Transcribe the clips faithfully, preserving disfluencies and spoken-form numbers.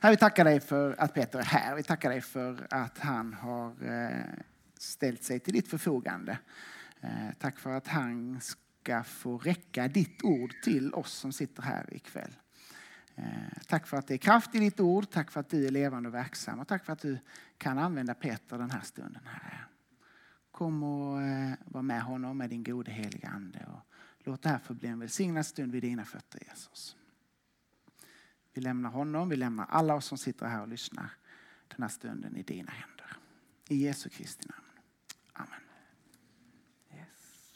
Herre, vi tackar dig för att Peter är här. Vi tackar dig för att han har ställt sig till ditt förfogande. Tack för att han ska få räcka ditt ord till oss som sitter här ikväll. Tack för att det är kraft i ditt ord. Tack för att du är levande och verksam. Och tack för att du kan använda Peter den här stunden här. Kom och var med honom med din gode heliga ande. Och låt det här få bli en välsignad stund vid dina fötter, Jesus. Vi lämnar honom, vi lämnar alla oss som sitter här och lyssnar den här stunden i dina händer. I Jesu Kristi namn. Amen. Yes.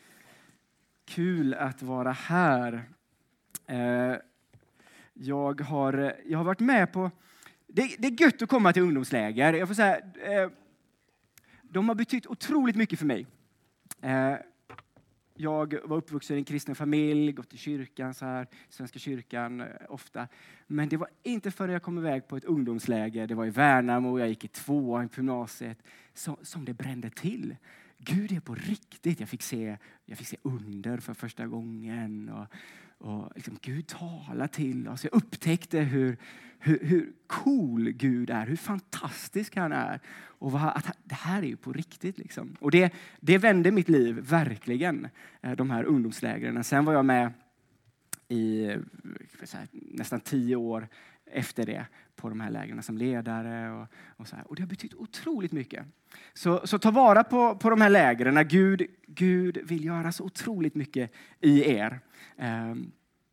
Kul att vara här. Eh, jag, har, jag har varit med på... Det, det är gött att komma till ungdomsläger. Jag får säga, eh, de har betytt otroligt mycket för mig. Eh, Jag var uppvuxen i en kristen familj, gått i kyrkan, så här, Svenska kyrkan ofta. Men det var inte förrän jag kom iväg på ett ungdomsläger, det var i Värnamo, jag gick i tvåan på gymnasiet, som, som det brände till. Gud är på riktigt. Jag fick se, jag fick se under för första gången. Och, och liksom, Gud talar till oss. Jag upptäckte hur, hur, hur cool Gud är. Hur fantastisk han är. Och vad, att det här är ju på riktigt. Liksom. Och det, det vände mitt liv verkligen. De här ungdomslägren. Sen var jag med i säga, nästan tio år efter det på de här lägren som ledare. Och, och, så här. Och det har betytt otroligt mycket. Så, så ta vara på, på de här lägren. Gud, Gud vill göra så otroligt mycket i er. Um,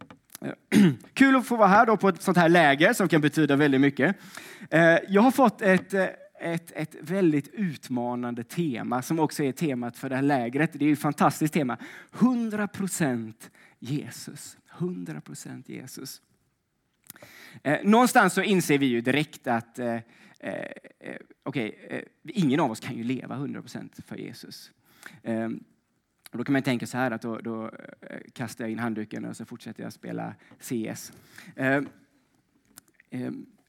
Kul att få vara här då på ett sånt här läger som kan betyda väldigt mycket. Uh, jag har fått ett, ett, ett väldigt utmanande tema som också är temat för det här lägret. Det är ju ett fantastiskt tema. hundra procent Jesus. hundra procent Jesus. Uh, någonstans så inser vi ju direkt att uh, uh, okej, okay, uh, ingen av oss kan ju leva hundra procent för Jesus. Uh, Och då kan man tänka så här att då, då kastar jag in handduken och så fortsätter jag spela C S. Eh, eh,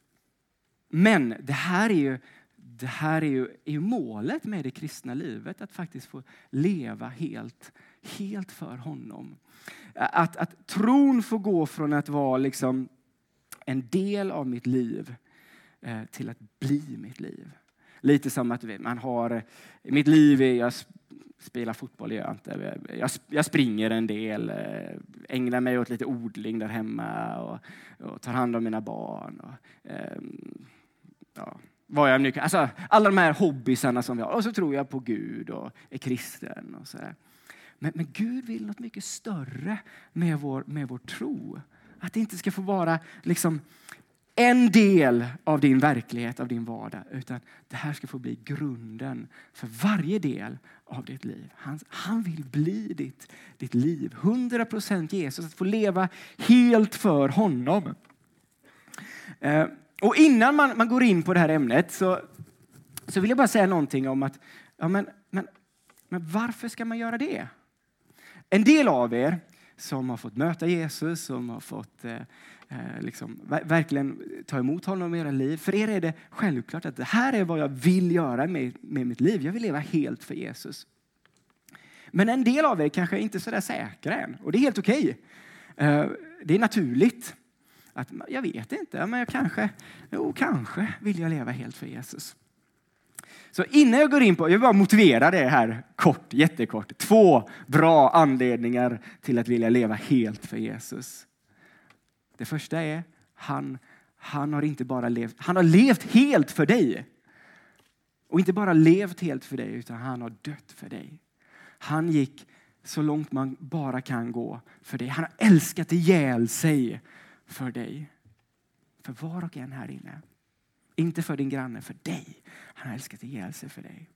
men det här är ju, det här är ju, är ju målet med det kristna livet. Att faktiskt få leva helt, helt för honom. Att, att tron får gå från att vara liksom en del av mitt liv eh, till att bli mitt liv. Lite som att man har, mitt liv är, jag spelar fotboll, gör jag inte. Jag, jag springer en del, ägnar mig åt lite odling där hemma och, och tar hand om mina barn. Och, eh, ja, vad jag nu kan. Alltså, alla de här hobbysarna som vi har. Och så tror jag på Gud och är kristen och så där. Men, men Gud vill något mycket större med vår, med vår tro. Att det inte ska få vara liksom en del av din verklighet, av din vardag. Utan det här ska få bli grunden för varje del av ditt liv. Han, han vill bli ditt, ditt liv. hundra procent Jesus. Att få leva helt för honom. Eh, och innan man, man går in på det här ämnet så, så vill jag bara säga någonting om att ja, men, men, men varför ska man göra det? En del av er som har fått möta Jesus, som har fått eh, liksom, verkligen ta emot honom i era liv. För er är det självklart att det här är vad jag vill göra med, med mitt liv. Jag vill leva helt för Jesus. Men en del av er kanske inte är så där säkra än. Och det är helt okej. Eh, det är naturligt. Att, jag vet inte, men jag kanske, jo, kanske vill jag leva helt för Jesus. Så innan jag går in på, jag vill bara motivera det här kort, jättekort. Två bra anledningar till att vilja leva helt för Jesus. Det första är, han, han har inte bara levt, han har levt helt för dig. Och inte bara levt helt för dig, utan han har dött för dig. Han gick så långt man bara kan gå för dig. Han har älskat ihjäl sig för dig. För var och en här inne. Inte för din granne, för dig. Han har älskat ihjäl sig för dig.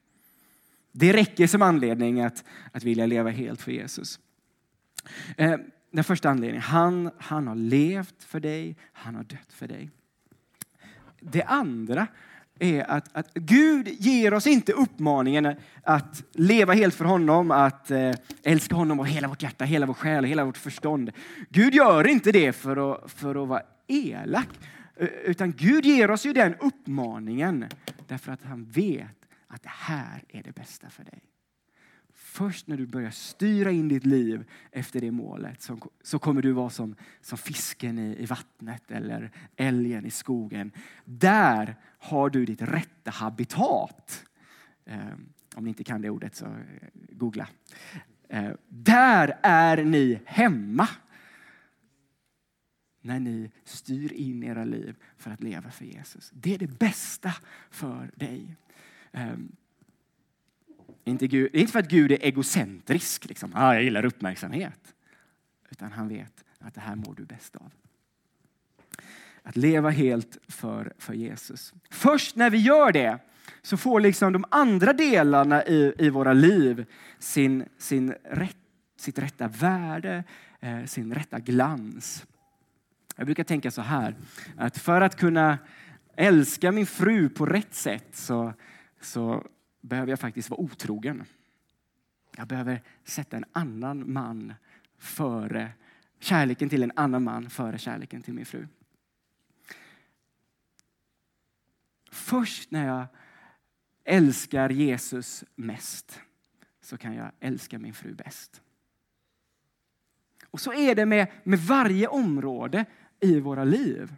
Det räcker som anledning att, att vilja leva helt för Jesus. Eh, den första anledningen. Han, han har levt för dig. Han har dött för dig. Det andra är att, att Gud ger oss inte uppmaningen att leva helt för honom. Att eh, älska honom av hela vårt hjärta, hela vår själ, hela vårt förstånd. Gud gör inte det för att, för att vara elak. Utan Gud ger oss ju den uppmaningen därför att han vet att det här är det bästa för dig. Först när du börjar styra in ditt liv efter det målet så, så kommer du vara som, som fisken i, i vattnet eller älgen i skogen. Där har du ditt rätta habitat. Eh, om ni inte kan det ordet så eh, googla. Eh, där är ni hemma. När ni styr in era liv för att leva för Jesus. Det är det bästa för dig. Um, inte, Gud, inte för att Gud är egocentrisk. Liksom. Ah, jag gillar uppmärksamhet. Utan han vet att det här mår du bäst av. Att leva helt för, för Jesus. Först när vi gör det så får liksom de andra delarna i, i våra liv sin, sin rätt, sitt rätta värde, eh, sin rätta glans. Jag brukar tänka så här, att för att kunna älska min fru på rätt sätt så, så behöver jag faktiskt vara otrogen. Jag behöver sätta en annan man före kärleken till en annan man före kärleken till min fru. Först när jag älskar Jesus mest så kan jag älska min fru bäst. Och så är det med, med varje område i våra liv.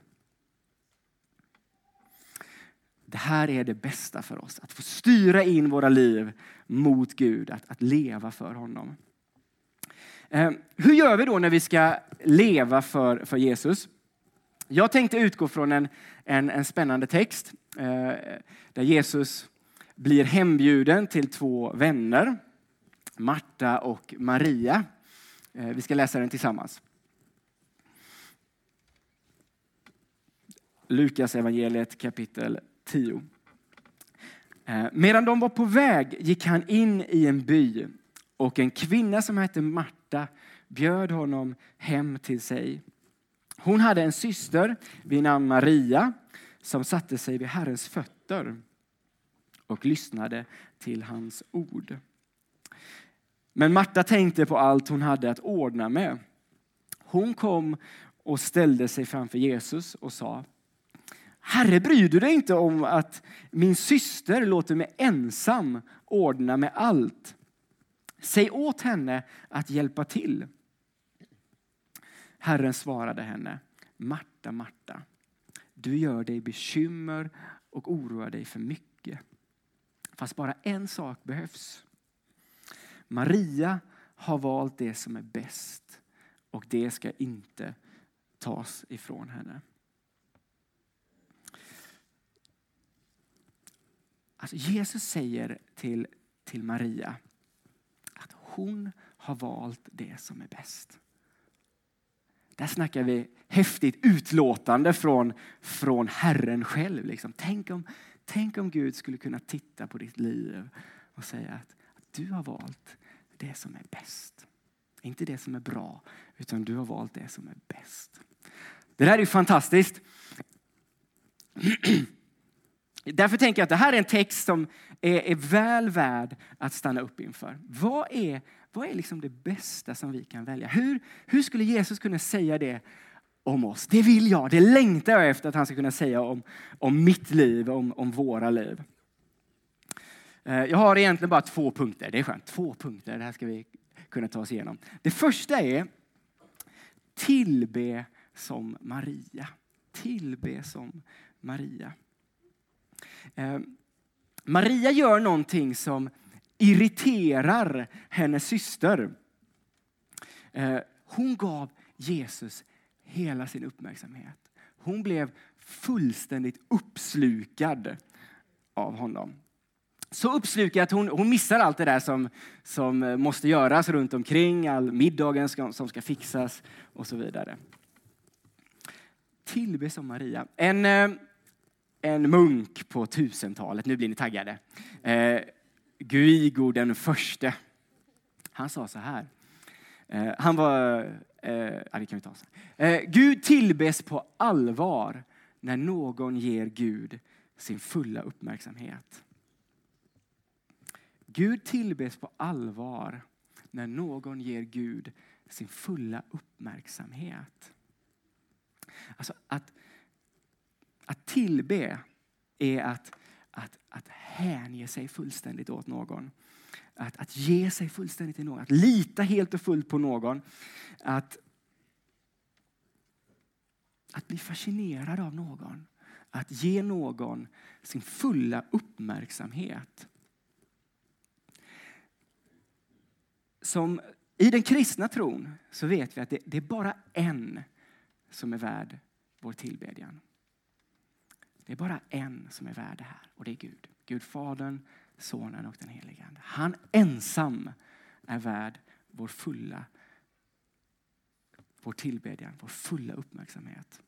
Det här är det bästa för oss. Att få styra in våra liv mot Gud. Att, att leva för honom. Eh, hur gör vi då när vi ska leva för, för Jesus? Jag tänkte utgå från en, en, en spännande text. Eh, där Jesus blir hembjuden till två vänner. Marta och Maria. Eh, vi ska läsa den tillsammans. Lukas evangeliet kapitel tio. Medan de var på väg gick han in i en by och en kvinna som hette Marta bjöd honom hem till sig. Hon hade en syster vid namn Maria som satte sig vid Herrens fötter och lyssnade till hans ord. Men Marta tänkte på allt hon hade att ordna med. Hon kom och ställde sig framför Jesus och sa: Herre, bryr du dig inte om att min syster låter mig ensam ordna med allt? Säg åt henne att hjälpa till. Herren svarade henne: Marta, Marta, du gör dig bekymmer och oroar dig för mycket. Fast bara en sak behövs. Maria har valt det som är bäst och det ska inte tas ifrån henne. Alltså Jesus säger till, till Maria att hon har valt det som är bäst. Där snackar vi häftigt utlåtande från, från Herren själv. Liksom. Tänk, om, tänk om Gud skulle kunna titta på ditt liv och säga att, att du har valt det som är bäst. Inte det som är bra, utan du har valt det som är bäst. Det där är ju fantastiskt. Därför tänker jag att det här är en text som är, är väl värd att stanna upp inför. Vad är, vad är liksom det bästa som vi kan välja? Hur, hur skulle Jesus kunna säga det om oss? Det vill jag, det längtar jag efter att han ska kunna säga om, om mitt liv, om, om våra liv. Jag har egentligen bara två punkter, det är skönt. Två punkter, det här ska vi kunna ta oss igenom. Det första är tillbe som Maria. Tillbe som Maria. Eh, Maria gör någonting som irriterar hennes syster. Eh, hon gav Jesus hela sin uppmärksamhet. Hon blev fullständigt uppslukad av honom. Så uppslukad att hon, hon missar allt det där som, som måste göras runt omkring. All middagen ska, som ska fixas och så vidare. Tillbe som Maria. En... Eh, En munk på tusentalet, nu blir ni taggade. Eh, Guigo den förste. Han sa så här. Eh, han var, eh, ja, det kan vi ta så. Eh, Gud tillbes på allvar när någon ger Gud sin fulla uppmärksamhet. Gud tillbes på allvar när någon ger Gud sin fulla uppmärksamhet. Alltså att Att tillbe är att, att, att hänge sig fullständigt åt någon. Att, att ge sig fullständigt till någon. Att lita helt och fullt på någon. Att, att bli fascinerad av någon. Att ge någon sin fulla uppmärksamhet. Som i den kristna tron så vet vi att det, det är bara en som är värd vår tillbedjan. Det är bara en som är värd det här, och det är Gud. Gud Fadern, Sonen och den helige Ande. Han ensam är värd vår fulla vår tillbedjan, vår fulla uppmärksamhet.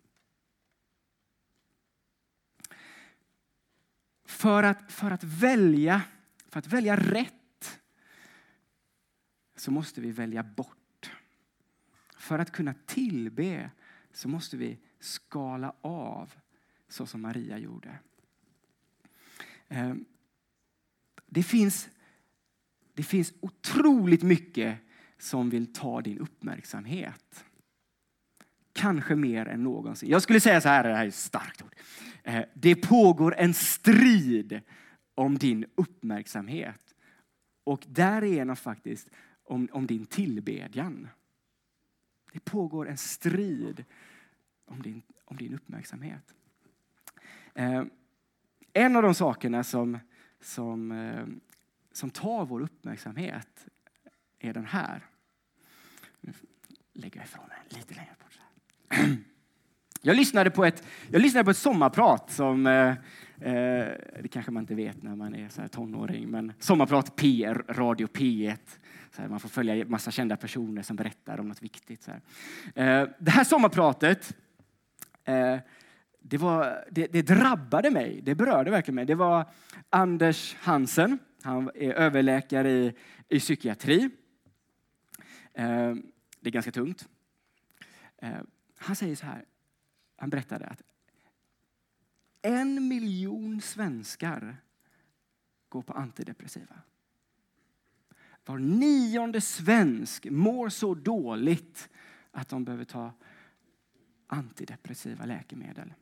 För att, för att välja, för att välja rätt så måste vi välja bort. För att kunna tillbe så måste vi skala av så som Maria gjorde. Det finns, det finns otroligt mycket som vill ta din uppmärksamhet. Kanske mer än någonsin. Jag skulle säga så här, det här är ett starkt ord. Det pågår en strid om din uppmärksamhet. Och därigenom faktiskt om, om din tillbedjan. Det pågår en strid om din, om din uppmärksamhet. Eh, en av de sakerna som, som, eh, som tar vår uppmärksamhet är den här. Nu lägger jag ifrån den lite längre bort. Jag lyssnade på ett, jag lyssnade på ett sommarprat som, eh, eh, det kanske man inte vet när man är så här tonåring, men sommarprat P R, radio P ett. Så här, man får följa en massa kända personer som berättar om något viktigt. Så här. Eh, det här sommarpratet, eh, det, var, det, det drabbade mig, det berörde verkligen mig. Det var Anders Hansen, han är överläkare i, i psykiatri. Eh, det är ganska tungt. Eh, han säger så här, han berättade att en miljon svenskar går på antidepressiva. Var nionde svensk mår så dåligt att de behöver ta antidepressiva läkemedel.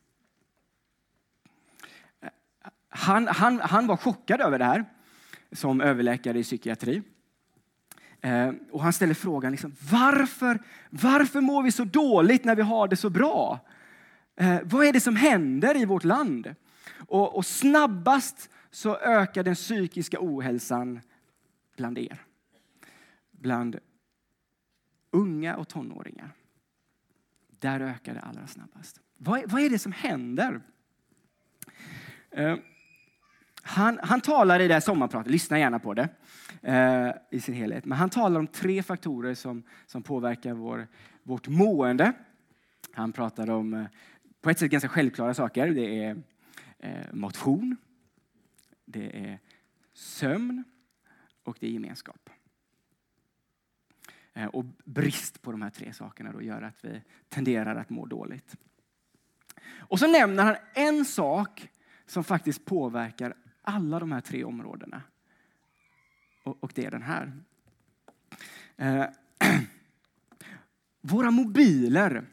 Han, han, han var chockad över det här som överläkare i psykiatri. Eh, och han ställer frågan, liksom, varför, varför mår vi så dåligt när vi har det så bra? Eh, vad är det som händer i vårt land? Och, och snabbast så ökar den psykiska ohälsan bland er. Bland unga och tonåringar. Där ökar det allra snabbast. Vad är, vad är det som händer? Eh, han, han talar i det här sommarpratet, lyssna gärna på det eh, i sin helhet. Men han talar om tre faktorer som, som påverkar vår, vårt mående. Han pratar om eh, på ett sätt ganska självklara saker. Det är eh, motion, det är sömn och det är gemenskap. Eh, och brist på de här tre sakerna då gör att vi tenderar att må dåligt. Och så nämner han en sak som faktiskt påverkar alla de här tre områdena. Och, och det är den här. Eh, våra mobiler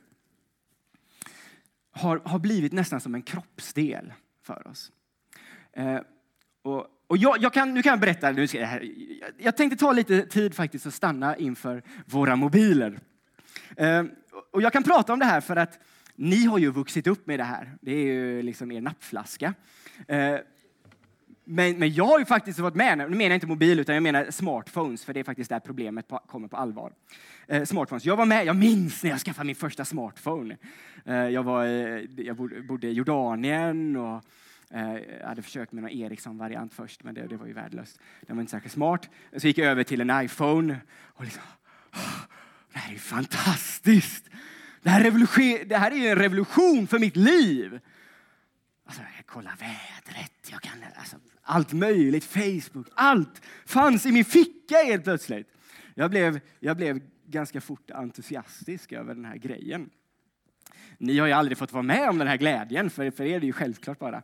har, har blivit nästan som en kroppsdel för oss. Eh, och och jag, jag kan, nu kan jag berätta, nu ska jag, här, jag tänkte ta lite tid faktiskt att stanna inför våra mobiler. Eh, och jag kan prata om det här för att ni har ju vuxit upp med det här. Det är ju liksom er nappflaska. Eh, men, men jag har ju faktiskt varit med, nu menar jag inte mobil utan jag menar smartphones, för det är faktiskt där problemet på, kommer på allvar. Eh, smartphones. Jag var med, jag minns när jag skaffade min första smartphone. Eh, jag, var, jag bodde i Jordanien och eh, jag hade försökt med någon Ericsson-variant först, men det, det var ju värdelöst. Den var inte särskilt smart. Så gick jag över till en iPhone och liksom, oh, det här är ju fantastiskt. Det här, det här är ju en revolution för mitt liv. Alltså, jag kan kolla vädret, jag kan, alltså, allt möjligt, Facebook, allt fanns i min ficka helt plötsligt. Jag blev, jag blev ganska fort entusiastisk över den här grejen. Ni har ju aldrig fått vara med om den här glädjen, för, för er är det ju självklart bara.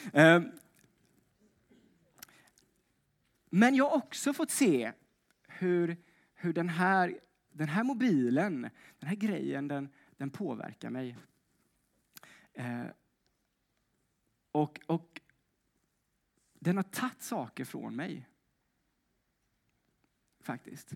Men jag har också fått se hur, hur den, här, den här mobilen, den här grejen, den, den påverkar mig. Och, och den har tagit saker från mig. Faktiskt.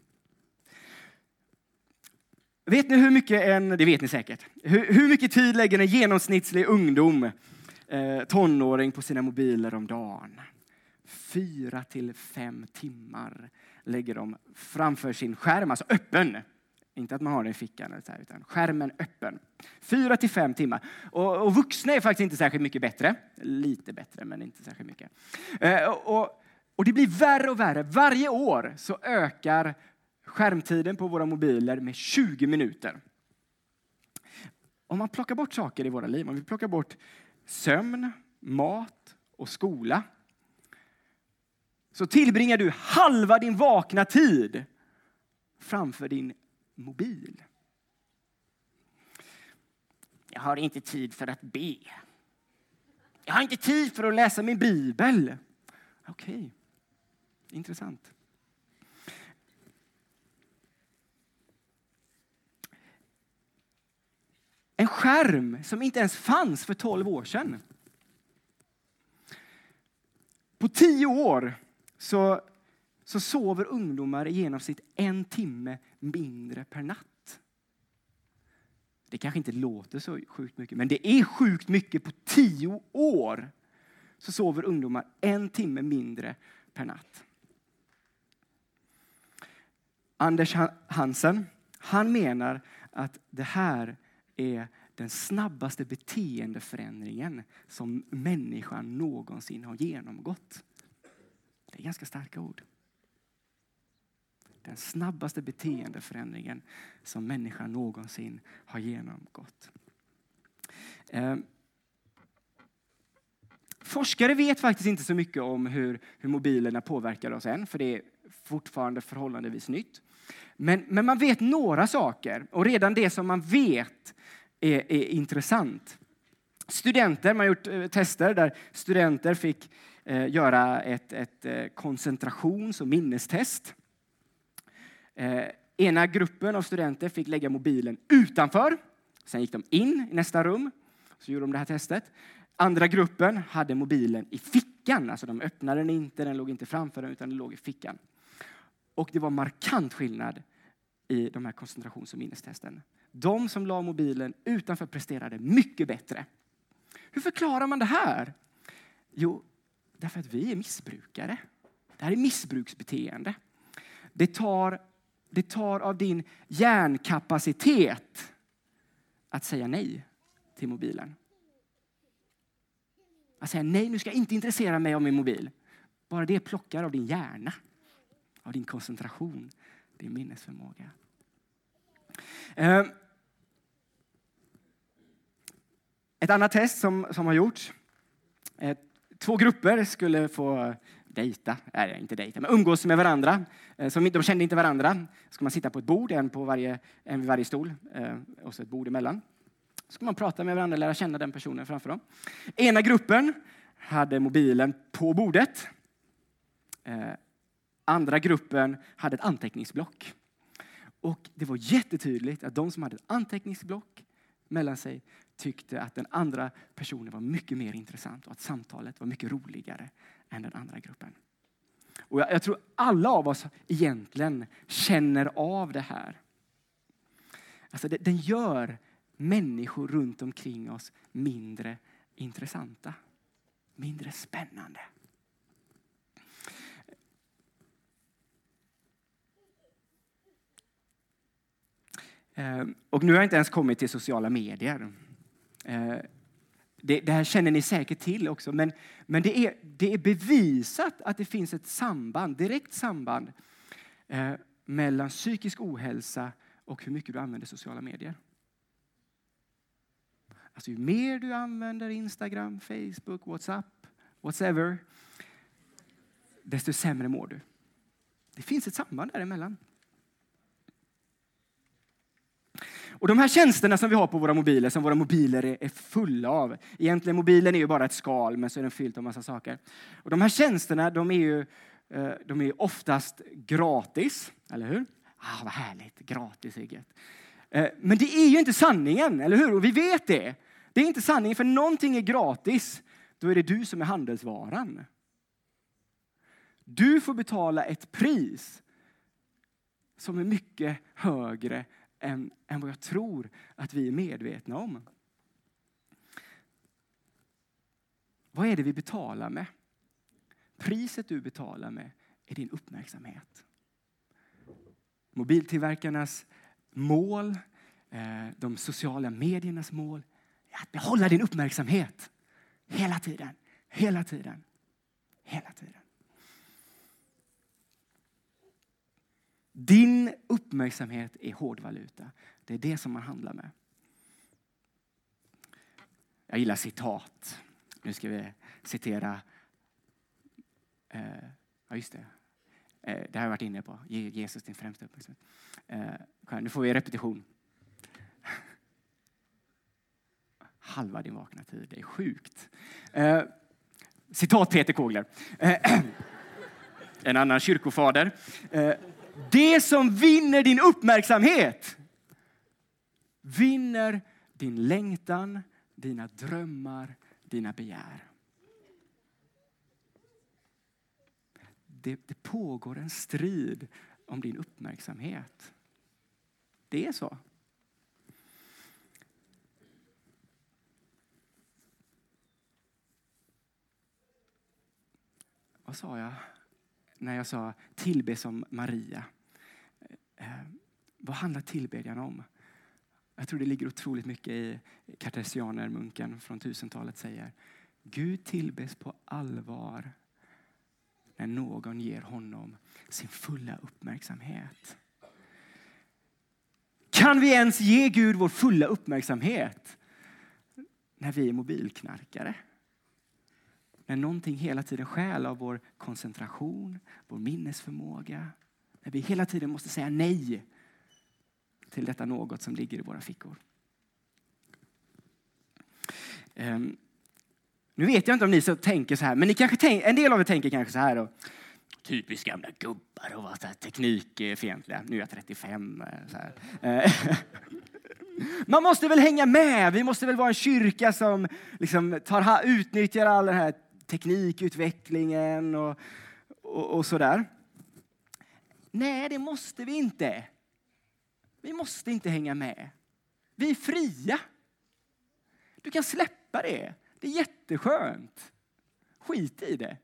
Vet ni hur mycket en, det vet ni säkert, hur, hur mycket tid lägger en genomsnittlig ungdom, eh, tonåring på sina mobiler om dagen? Fyra till fem timmar lägger de framför sin skärm, alltså öppen. Inte att man har den i fickan, utan skärmen öppen. Fyra till fem timmar. Och, och vuxna är faktiskt inte särskilt mycket bättre. Lite bättre, men inte särskilt mycket. Eh, och, och det blir värre och värre. Varje år så ökar skärmtiden på våra mobiler med tjugo minuter. Om man plockar bort saker i våra liv, om vi plockar bort sömn, mat och skola, så tillbringar du halva din vakna tid framför din mobil. Jag har inte tid för att be. Jag har inte tid för att läsa min bibel. Okej, okay. Intressant. En skärm som inte ens fanns för tolv år sedan. På tio år så, så sover ungdomar i genomsnitt en timme mindre per natt. Det kanske inte låter så sjukt mycket, men det är sjukt mycket. På tio år så sover ungdomar en timme mindre per natt. Anders Hansen, han menar att det här är den snabbaste beteendeförändringen som människan någonsin har genomgått. Det är ganska starka ord. Den snabbaste beteendeförändringen som människan någonsin har genomgått. Eh, forskare vet faktiskt inte så mycket om hur, hur mobilerna påverkar oss än, för det är fortfarande förhållandevis nytt. Men, men man vet några saker, och redan det som man vet är, är intressant. Studenter, man har gjort eh, tester där studenter fick eh, göra ett, ett eh, koncentrations- och minnestest. Eh, ena gruppen av studenter fick lägga mobilen utanför. Sen gick de in i nästa rum. Så gjorde de det här testet. Andra gruppen hade mobilen i fickan. Alltså de öppnade den inte, den låg inte framför den utan den låg i fickan. Och det var markant skillnad i de här koncentrations- och minnestesten. De som la mobilen utanför presterade mycket bättre. Hur förklarar man det här? Jo, därför att vi är missbrukare. Det här är missbruksbeteende. Det tar, det tar av din hjärnkapacitet att säga nej till mobilen. Att säga nej, nu ska jag inte intressera mig av min mobil. Bara det plockar av din hjärna. Av din koncentration. Din minnesförmåga. Uh, ett annat test som, som har gjorts. Uh, två grupper skulle få dejta, nej inte dejta, men umgås med varandra. Uh, som, de kände inte varandra. Ska man sitta på ett bord, en, på varje, en vid varje stol. Uh, och så ett bord emellan. Ska man prata med varandra, lära känna den personen framför dem. Ena gruppen hade mobilen på bordet. Uh, andra gruppen hade ett anteckningsblock. Och det var jättetydligt att de som hade ett anteckningsblock mellan sig tyckte att den andra personen var mycket mer intressant och att samtalet var mycket roligare än den andra gruppen. Och jag, jag tror alla av oss egentligen känner av det här. Alltså det, den gör människor runt omkring oss mindre intressanta, mindre spännande. Och nu har jag inte ens kommit till sociala medier. Det, det här känner ni säkert till också. Men, men det, är, det är bevisat att det finns ett samband, direkt samband eh, mellan psykisk ohälsa och hur mycket du använder sociala medier. Alltså ju mer du använder Instagram, Facebook, WhatsApp, whatever, desto sämre mår du. Det finns ett samband däremellan. Och de här tjänsterna som vi har på våra mobiler, som våra mobiler är, är fulla av. Egentligen mobilen är ju bara ett skal, men så är den fylld av massa saker. Och de här tjänsterna, de är ju de är oftast gratis, eller hur? Ah, vad härligt, gratis är gött. Men det är ju inte sanningen, eller hur? Och vi vet det. Det är inte sanningen, för någonting är gratis. Då är det du som är handelsvaran. Du får betala ett pris som är mycket högre än, än vad jag tror att vi är medvetna om. Vad är det vi betalar med? Priset du betalar med är din uppmärksamhet. Mobiltillverkarnas mål, de sociala mediernas mål är att behålla din uppmärksamhet hela tiden, hela tiden, hela tiden. Din uppmärksamhet är hårdvaluta. Det är det som man handlar med. Jag gillar citat. Nu ska vi citera. Eh, ja, just det. Eh, det har jag varit inne på. Ge Jesus din främsta uppmärksamhet. Eh, nu får vi repetition. Halva din vakna tid. Det är sjukt. Eh, citat Peter Kågler. Eh, en annan kyrkofader. Eh, det som vinner din uppmärksamhet vinner din längtan, dina drömmar, dina begär. Det, det pågår en strid om din uppmärksamhet. Det är så. Vad sa jag när jag sa tillbe som Maria? Eh, vad handlar tillbedjan om? Jag tror det ligger otroligt mycket i kartesianermunken från tusentalet säger. Gud tillbes på allvar när någon ger honom sin fulla uppmärksamhet. Kan vi ens ge Gud vår fulla uppmärksamhet när vi är mobilknarkare? När någonting hela tiden stjäl av vår koncentration, vår minnesförmåga. När vi hela tiden måste säga nej till detta något som ligger i våra fickor. Um, nu vet jag inte om ni så tänker så här, men ni kanske tänk, en del av er tänker kanske så här då. Typiskt gamla gubbar och vara så här teknikfientliga. Nu är jag trettiofem. Så här. Man måste väl hänga med. Vi måste väl vara en kyrka som liksom tar, utnyttjar all den här teknikutvecklingen och, och, och sådär. Nej, det måste vi inte. Vi måste inte hänga med. Vi är fria. Du kan släppa det. Det är jätteskönt. Skit i det.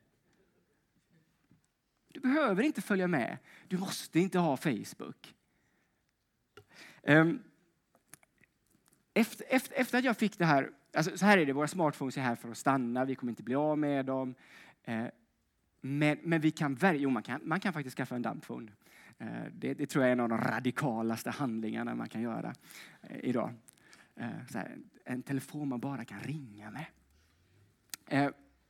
Du behöver inte följa med. Du måste inte ha Facebook. Um, efter, efter, efter att jag fick det här, alltså så här är det, våra smartphones är här för att stanna. Vi kommer inte bli av med dem. Uh, men, men vi kan, jo, man kan, man kan faktiskt skaffa en dampphone. Uh, det, det tror jag är en av de radikalaste handlingarna man kan göra uh, idag. Uh, så här, en telefon man bara kan ringa med. Uh,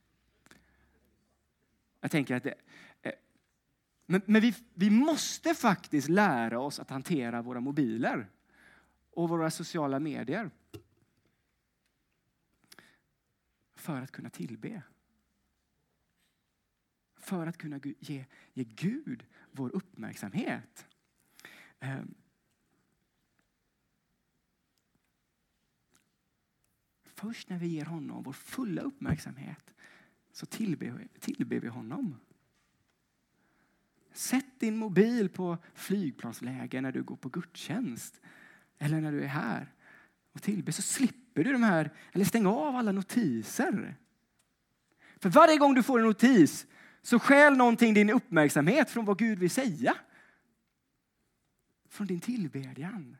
jag tänker att det, uh, men, men vi, vi måste faktiskt lära oss att hantera våra mobiler och våra sociala medier för att kunna tillbe. För att kunna ge, ge Gud vår uppmärksamhet. Um, Först när vi ger honom vår fulla uppmärksamhet så tillber, tillber vi honom. Sätt din mobil på flygplansläge när du går på gudstjänst. Eller när du är här och tillber, så slipper du de här, eller stäng av alla notiser. För varje gång du får en notis så stjäl någonting din uppmärksamhet från vad Gud vill säga. Från din tillbedjan.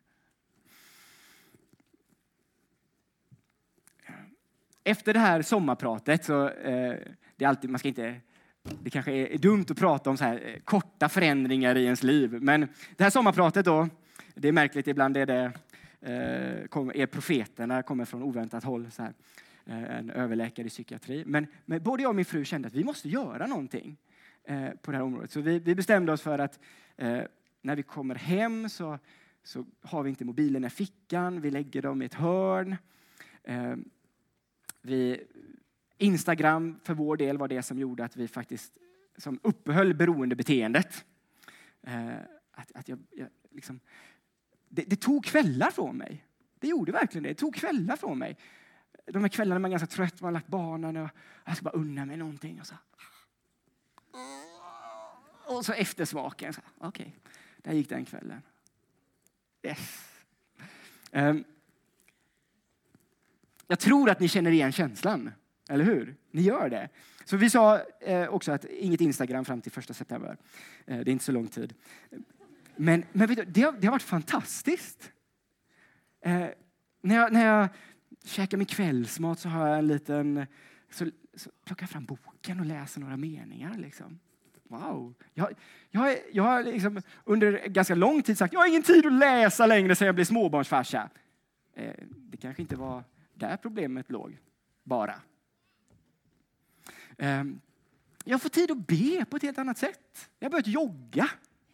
Efter det här sommarpratet så eh, det är alltid, man ska inte, det kanske är dumt att prata om så här eh, korta förändringar i ens liv. Men det här sommarpratet då, det är märkligt, ibland är det eh, kom, är profeterna kommer från oväntat håll. Så här, eh, en överläkare i psykiatri. Men, men både jag och min fru kände att vi måste göra någonting eh, på det här området. Så vi, vi bestämde oss för att eh, när vi kommer hem så, så har vi inte mobilen i fickan. Vi lägger dem i ett hörn. Eh, Vi, Instagram för vår del var det som gjorde att vi faktiskt som uppehöll beroendebeteendet. Eh, att, att jag, jag liksom, det, det tog kvällar från mig. Det gjorde verkligen det. Det tog kvällar från mig. De här kvällarna man är ganska trött, man har lagt barnen och jag ska bara unna mig någonting. Och så. Och så eftersmaken. Okej, okay, där gick den kvällen. Yes. Um, jag tror att ni känner igen känslan. Eller hur? Ni gör det. Så vi sa eh, också att inget Instagram fram till första september. Eh, det är inte så lång tid. Men, men vet du, det, har, det har varit fantastiskt. Eh, när, jag, när jag käkar min kvällsmat så har jag en liten... Så, så plockar jag fram boken och läser några meningar. Liksom. Wow. Jag, jag, jag har liksom under ganska lång tid sagt jag har ingen tid att läsa längre sedan jag blev småbarnsfarsa. Eh, det kanske inte var där problemet låg. Bara. Eh, jag får tid att be på ett helt annat sätt. Jag har börjat jogga.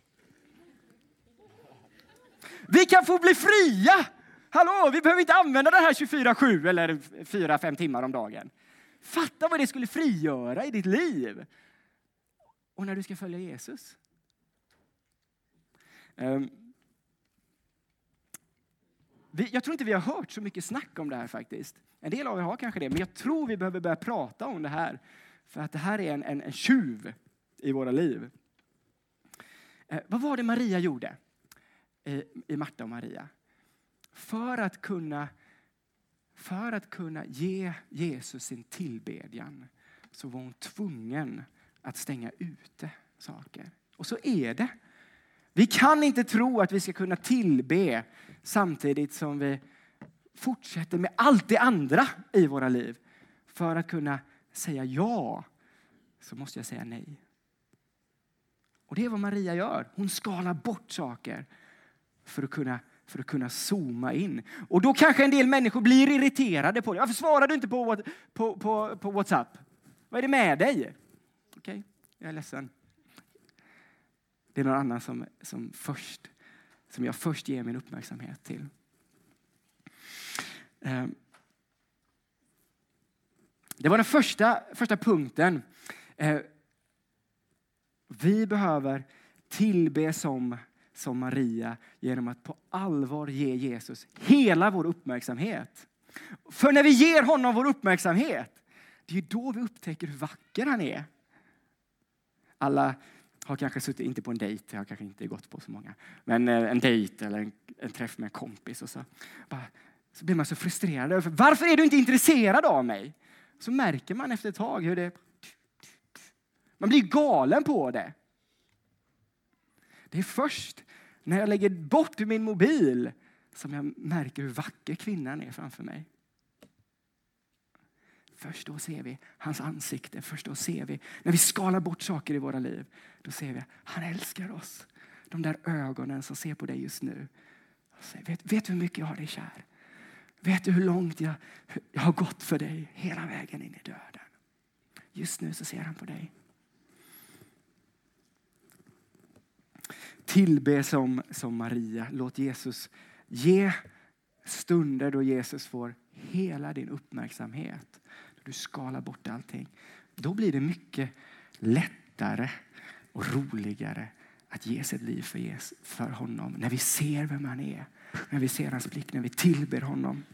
Vi kan få bli fria. Hallå, vi behöver inte använda det här tjugofyra sju eller fyra fem timmar om dagen. Fatta vad det skulle frigöra i ditt liv. Och när du ska följa Jesus. Um, vi, jag tror inte vi har hört så mycket snack om det här faktiskt. En del av er har kanske det. Men jag tror vi behöver börja prata om det här. För att det här är en, en, en tjuv i våra liv. Uh, vad var det Maria gjorde? I, i Marta och Maria. För att kunna för att kunna ge Jesus sin tillbedjan så var hon tvungen att stänga ute saker. Och så är det. Vi kan inte tro att vi ska kunna tillbe samtidigt som vi fortsätter med allt det andra i våra liv. För att kunna säga ja så måste jag säga nej. Och det är vad Maria gör. Hon skalar bort saker för att kunna för att kunna zooma in. Och då kanske en del människor blir irriterade på det. Varför svarar du inte på, på, på, på WhatsApp? Vad är det med dig? Okej, okay, jag är ledsen. Det är någon annan som, som, först, som jag först ger min uppmärksamhet till. Det var den första, första punkten. Vi behöver tillbe som som Maria genom att på allvar ge Jesus hela vår uppmärksamhet. För när vi ger honom vår uppmärksamhet, det är då vi upptäcker hur vacker han är. Alla har kanske suttit, inte på en dejt, jag har kanske inte gått på så många, men en dejt eller en, en träff med en kompis och så, bara, så blir man så frustrerad. Varför är du inte intresserad av mig? Så märker man efter ett tag hur det... Man blir galen på det. Det är först när jag lägger bort min mobil som jag märker hur vacker kvinnan är framför mig. Först då ser vi hans ansikte. Först då ser vi, när vi skalar bort saker i våra liv, då ser vi att han älskar oss. De där ögonen som ser på dig just nu. Säger, vet, vet du hur mycket jag har dig kär? Vet du hur långt jag, jag har gått för dig hela vägen in i döden? Just nu så ser han på dig. Tillbe som, som Maria. Låt Jesus ge stunder då Jesus får hela din uppmärksamhet. Du skalar bort allting. Då blir det mycket lättare och roligare att ge sitt liv för, Jesus, för honom. När vi ser vem han är. När vi ser hans blick. När vi tillber honom.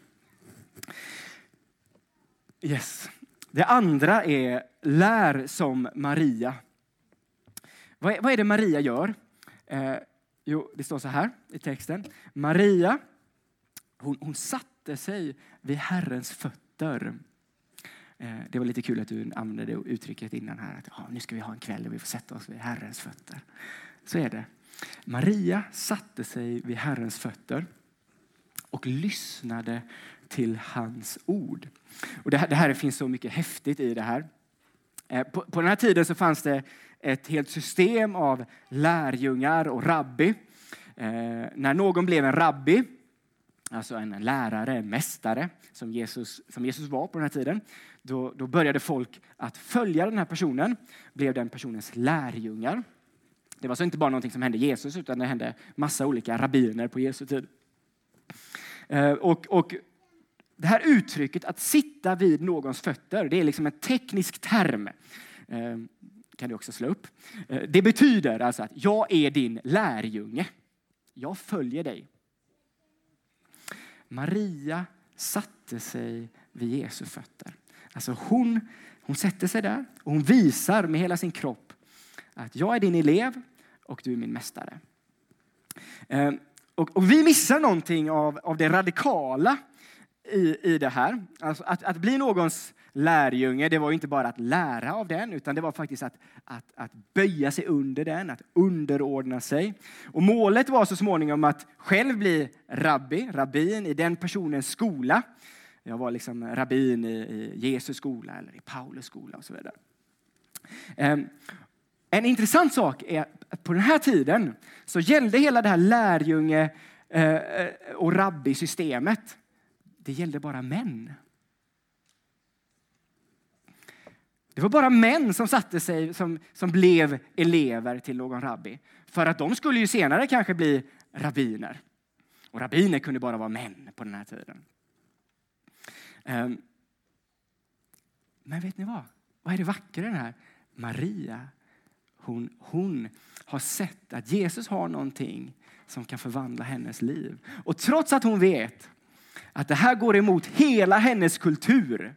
Yes. Det andra är lär som Maria. Vad är, vad är det Maria gör? Eh, jo, det står så här i texten. Maria, hon, hon satte sig vid Herrens fötter. Eh, det var lite kul att du använde det uttrycket innan här. Att, ah, nu ska vi ha en kväll och vi får sätta oss vid Herrens fötter. Så är det. Maria satte sig vid Herrens fötter och lyssnade till hans ord. Och det här, det här finns så mycket häftigt i det här. Eh, på, på den här tiden så fanns det ett helt system av lärjungar och rabbi. Eh, när någon blev en rabbi, alltså en lärare, en mästare, som Jesus, som Jesus var på den här tiden, då, då började folk att följa den här personen, blev den personens lärjungar. Det var så inte bara någonting som hände Jesus, utan det hände massa olika rabbiner på Jesu tid. Eh, och, och det här uttrycket att sitta vid någons fötter, det är liksom en teknisk term. Eh, kan du också slå upp. Det betyder alltså att jag är din lärjunge. Jag följer dig. Maria satte sig vid Jesu fötter. Alltså hon, hon sätter sig där och hon visar med hela sin kropp att jag är din elev och du är min mästare. Eh, och, och vi missar någonting av, av det radikala i, i det här. Alltså att, att bli någons lärjunge, det var ju inte bara att lära av den, utan det var faktiskt att, att, att böja sig under den, att underordna sig. Och målet var så småningom att själv bli rabbi, rabbin i den personens skola. Jag var liksom rabbin i, i Jesus skola eller i Paulus skola och så vidare. Um, en intressant sak är att på den här tiden så gällde hela det här lärjunge uh, och rabbi-systemet. Det gällde bara män. Det var bara män som satte sig, som, som blev elever till någon rabbi. För att de skulle ju senare kanske bli rabbiner. Och rabbiner kunde bara vara män på den här tiden. Um, men vet ni vad? Vad är det vackra i den här? Maria, hon, hon har sett att Jesus har någonting som kan förvandla hennes liv. Och trots att hon vet att det här går emot hela hennes kultur,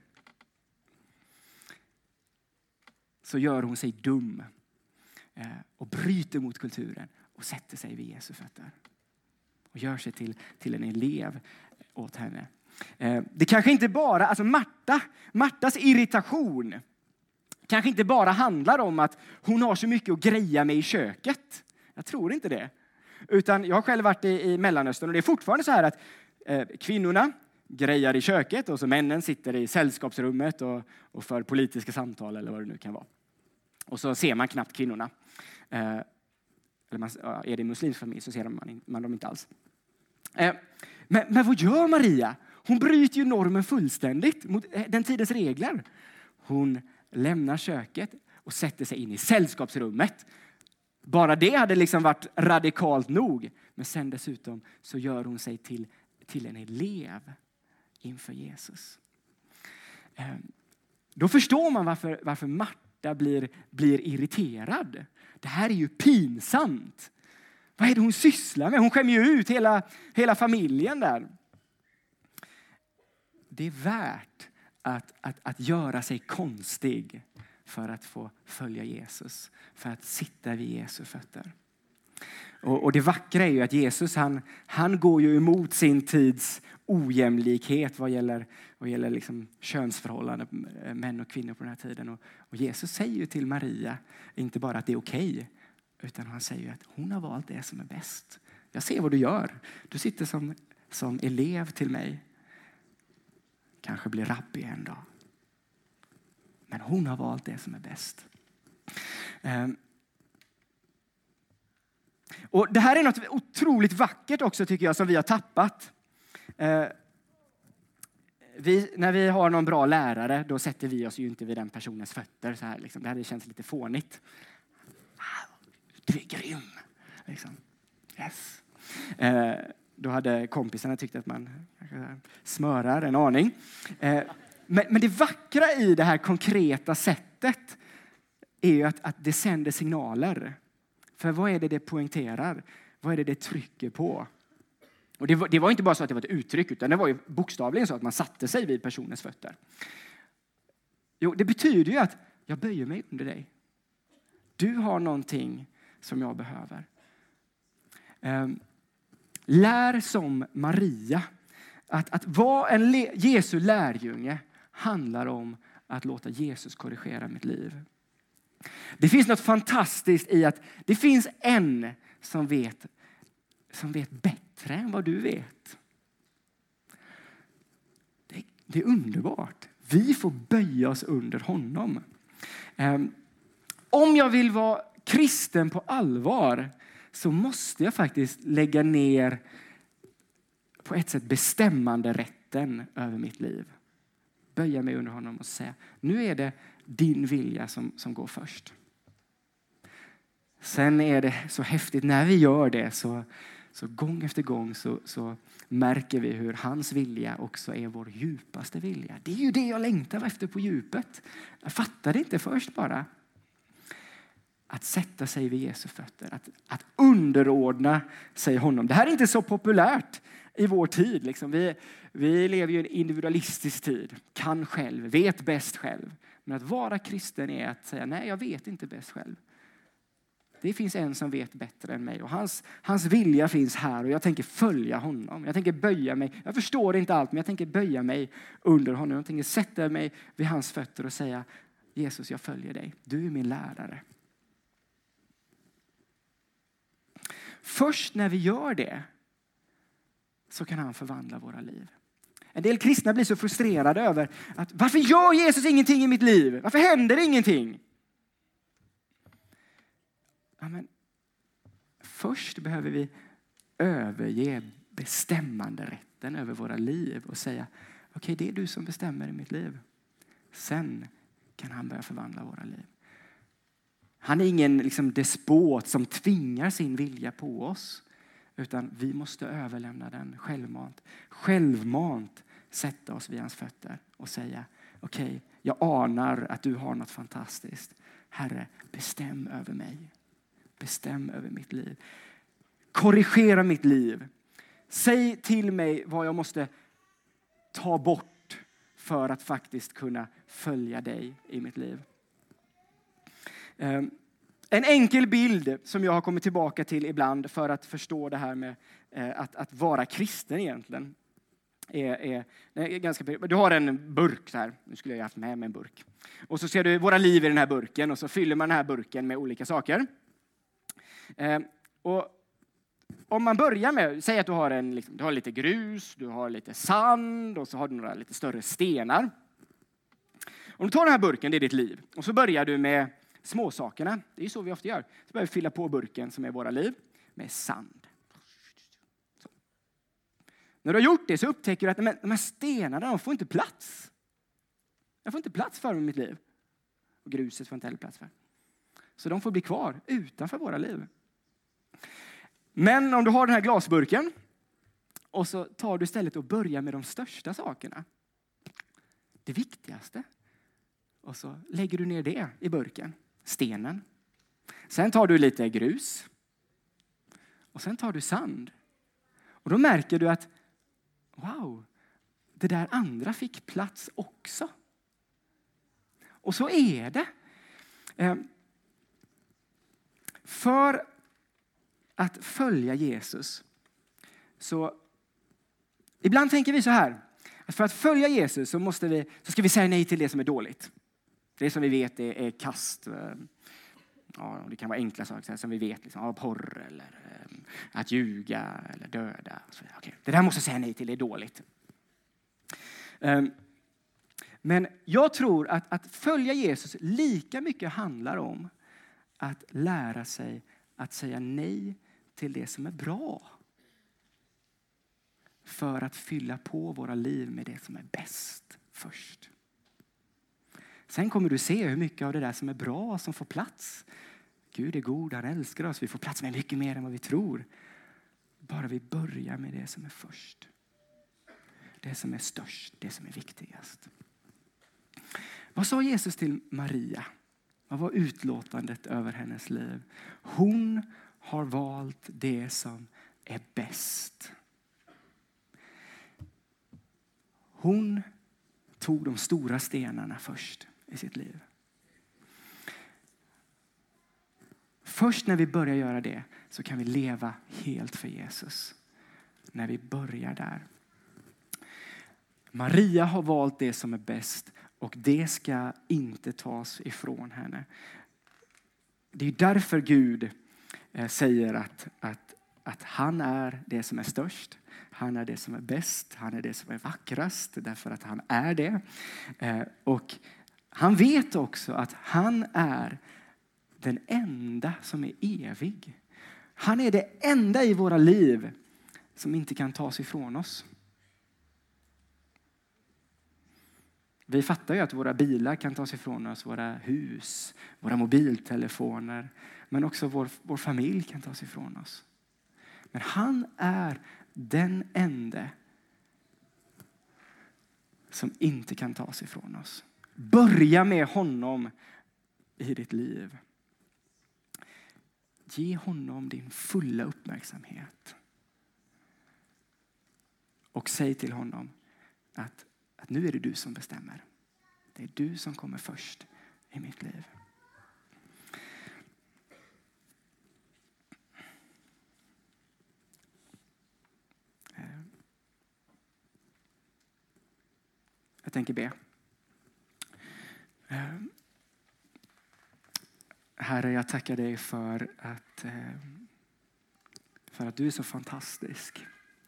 så gör hon sig dum eh, och bryter mot kulturen och sätter sig vid Jesu fötter. Och gör sig till, till en elev åt henne. Eh, det kanske inte bara, alltså Marta, Martas irritation kanske inte bara handlar om att hon har så mycket att greja med i köket. Jag tror inte det. Utan jag har själv varit i, i Mellanöstern och det är fortfarande så här att eh, kvinnorna grejar i köket och så männen sitter i sällskapsrummet och, och för politiska samtal eller vad det nu kan vara. Och så ser man knappt kvinnorna. Eh, eller man, är det en muslimsk familj så ser man, man dem inte alls. Eh, men, men vad gör Maria? Hon bryter ju normen fullständigt mot den tidens regler. Hon lämnar köket och sätter sig in i sällskapsrummet. Bara det hade liksom varit radikalt nog. Men sen dessutom så gör hon sig till, till en elev inför Jesus. Eh, då förstår man varför, varför Marta blir, blir irriterad. Det här är ju pinsamt. Vad är det hon sysslar med? Hon skämmer ju ut hela, hela familjen där. Det är värt att, att, att göra sig konstig för att få följa Jesus. För att sitta vid Jesu fötter. Och, och det vackra är ju att Jesus han, han går ju emot sin tids ojämlikhet vad gäller, vad gäller liksom könsförhållanden, män och kvinnor på den här tiden. Och, och Jesus säger ju till Maria inte bara att det är okej, utan han säger ju att hon har valt det som är bäst. Jag ser vad du gör. Du sitter som, som elev till mig. Kanske blir rabbi en dag. Men hon har valt det som är bäst. Um, och det här är något otroligt vackert också tycker jag som vi har tappat. Uh, vi, när vi har någon bra lärare då sätter vi oss ju inte vid den personens fötter. Så här, liksom. Det här känns lite fånigt. Du är grym. Liksom. Yes. Uh, Då hade kompisarna tyckt att man smörar en aning. Eh, men, men det vackra i det här konkreta sättet är ju att, att det sänder signaler. För vad är det det poängterar? Vad är det det trycker på? Och det var, det var inte bara så att det var ett uttryck, utan det var ju bokstavligen så att man satte sig vid personens fötter. Jo, det betyder ju att jag böjer mig under dig. Du har någonting som jag behöver. Eh, Lär som Maria. Att, att vara en le- Jesu lärjunge handlar om att låta Jesus korrigera mitt liv. Det finns något fantastiskt i att det finns en som vet, som vet bättre än vad du vet. Det, det är underbart. Vi får böja oss under honom. Um, om jag vill vara kristen på allvar så måste jag faktiskt lägga ner på ett sätt bestämmande rätten över mitt liv. Böja mig under honom och säga, nu är det din vilja som, som går först. Sen är det så häftigt, när vi gör det så, så gång efter gång så, så märker vi hur hans vilja också är vår djupaste vilja. Det är ju det jag längtar efter på djupet. Jag fattar det inte först bara. Att sätta sig vid Jesu fötter. Att, att underordna sig honom. Det här är inte så populärt i vår tid. Liksom. Vi, vi lever ju i en individualistisk tid. Kan själv, vet bäst själv. Men att vara kristen är att säga, nej jag vet inte bäst själv. det finns en som vet bättre än mig och hans, hans vilja finns här och jag tänker följa honom. Jag tänker böja mig. Jag förstår inte allt men jag tänker böja mig under honom. Jag tänker sätta mig vid hans fötter och säga Jesus, jag följer dig. Du är min lärare. Först när vi gör det så kan han förvandla våra liv. En del kristna blir så frustrerade över att varför gör Jesus ingenting i mitt liv? Varför händer det ingenting? Ja, men först behöver vi överge bestämmande rätten över våra liv och säga okej, okay, det är du som bestämmer i mitt liv. Sen kan han börja förvandla våra liv. Han är ingen liksom, despot som tvingar sin vilja på oss. Utan vi måste överlämna den självmant. Självmant sätta oss vid hans fötter och säga okej, okay, jag anar att du har något fantastiskt. Herre, bestäm över mig. Bestäm över mitt liv. Korrigera mitt liv. Säg till mig vad jag måste ta bort för att faktiskt kunna följa dig i mitt liv. Um, En enkel bild som jag har kommit tillbaka till ibland för att förstå det här med eh, att, att vara kristen egentligen. Är, är, är ganska, du har en burk här. Nu skulle jag haft med mig en burk. Och så ser du våra liv i den här burken och så fyller man den här burken med olika saker. Eh, och om man börjar med, säg att du har, en, liksom, du har lite grus, du har lite sand och så har du några lite större stenar. Om du tar den här burken, det är ditt liv. Och så börjar du med småsakerna, det är så vi ofta gör. Så börjar vi fylla på burken som är våra liv med sand. Så. När du har gjort det så upptäcker du att de här stenarna de får inte plats. Jag får inte plats för dem i mitt liv. Och gruset får inte heller plats för. Så de får bli kvar utanför våra liv. Men om du har den här glasburken och så tar du istället och börjar med de största sakerna. Det viktigaste. Och så lägger du ner det i burken. Stenen. Sen tar du lite grus. Och sen tar du sand. Och då märker du att wow, det där andra fick plats också. Och så är det. För att följa Jesus så ibland tänker vi så här. Att för att följa Jesus så, måste vi, så ska vi säga nej till det som är dåligt. Det som vi vet är, är kast. Ja, det kan vara enkla saker som vi vet. Liksom, ja, porr eller um, att ljuga eller döda. Så, okay. Det där måste jag säga nej till, det är dåligt. Um, men jag tror att, att följa Jesus lika mycket handlar om att lära sig att säga nej till det som är bra. För att fylla på våra liv med det som är bäst först. Sen kommer du se hur mycket av det där som är bra som får plats. Gud är god, han älskar oss. Vi får plats med mycket mer än vad vi tror. Bara vi börjar med det som är först. Det som är störst, det som är viktigast. Vad sa Jesus till Maria? Vad var utlåtandet över hennes liv? Hon har valt det som är bäst. Hon tog de stora stenarna först i sitt liv. Först när vi börjar göra det så kan vi leva helt för Jesus. När vi börjar där. Maria har valt det som är bäst och det ska inte tas ifrån henne. Det är därför Gud säger att, att, att han är det som är störst. Han är det som är bäst. Han är det som är vackrast. Därför att han är det. Och han vet också att han är den enda som är evig. Han är det enda i våra liv som inte kan tas ifrån oss. Vi fattar ju att våra bilar kan tas ifrån oss, våra hus, våra mobiltelefoner. Men också vår, vår familj kan tas ifrån oss. Men han är den enda som inte kan tas ifrån oss. Börja med honom i ditt liv. Ge honom din fulla uppmärksamhet. Och säg till honom att, att nu är det du som bestämmer. Det är du som kommer först i mitt liv. Jag tänker be. Herre, jag tackar dig för att, för att du är så fantastisk.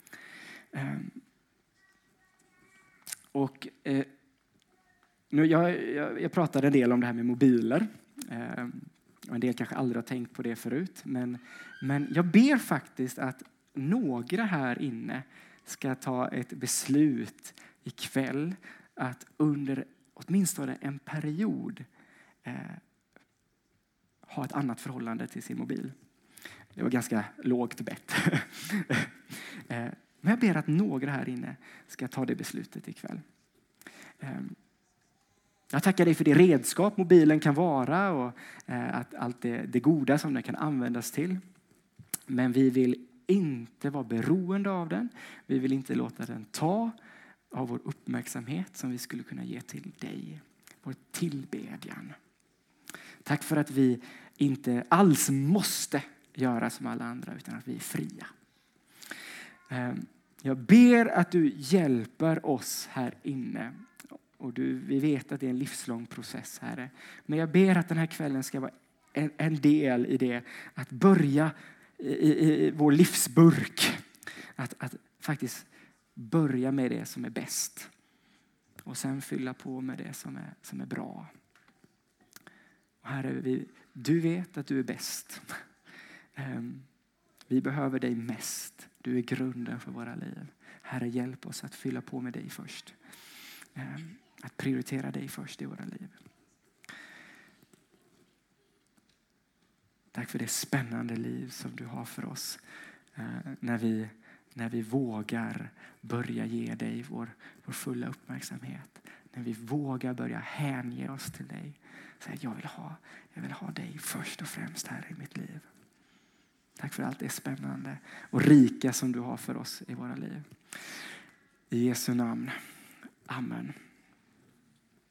Och nu, jag, jag, jag pratade en del om det här med mobiler. Och en del kanske aldrig har tänkt på det förut. Men, men jag ber faktiskt att några här inne ska ta ett beslut ikväll att under åtminstone en period eh, ha ett annat förhållande till sin mobil. Det var ganska lågt bett. eh, men jag ber att några här inne ska ta det beslutet ikväll. Eh, jag tackar dig för det redskap mobilen kan vara och eh, att allt det, det goda som den kan användas till. Men vi vill inte vara beroende av den. Vi vill inte låta den ta av vår uppmärksamhet som vi skulle kunna ge till dig. Vår tillbedjan. Tack för att vi inte alls måste göra som alla andra utan att vi är fria. Jag ber att du hjälper oss här inne. Och du, vi vet att det är en livslång process, Herre. Men jag ber att den här kvällen ska vara en, en del i det. Att börja i, i, i vår livsburk. Att, att faktiskt börja med det som är bäst. Och sen fylla på med det som är, som är bra. Och Herre, vi, du vet att du är bäst. Um, vi behöver dig mest. Du är grunden för våra liv. Herre, hjälp oss att fylla på med dig först. Um, att prioritera dig först i våra liv. Tack för det spännande liv som du har för oss. Uh, när vi När vi vågar börja ge dig vår, vår fulla uppmärksamhet. När vi vågar börja hänge oss till dig. Säga jag vill ha, jag vill ha dig först och främst här i mitt liv. Tack för allt det spännande och rika som du har för oss i våra liv. I Jesu namn. Amen.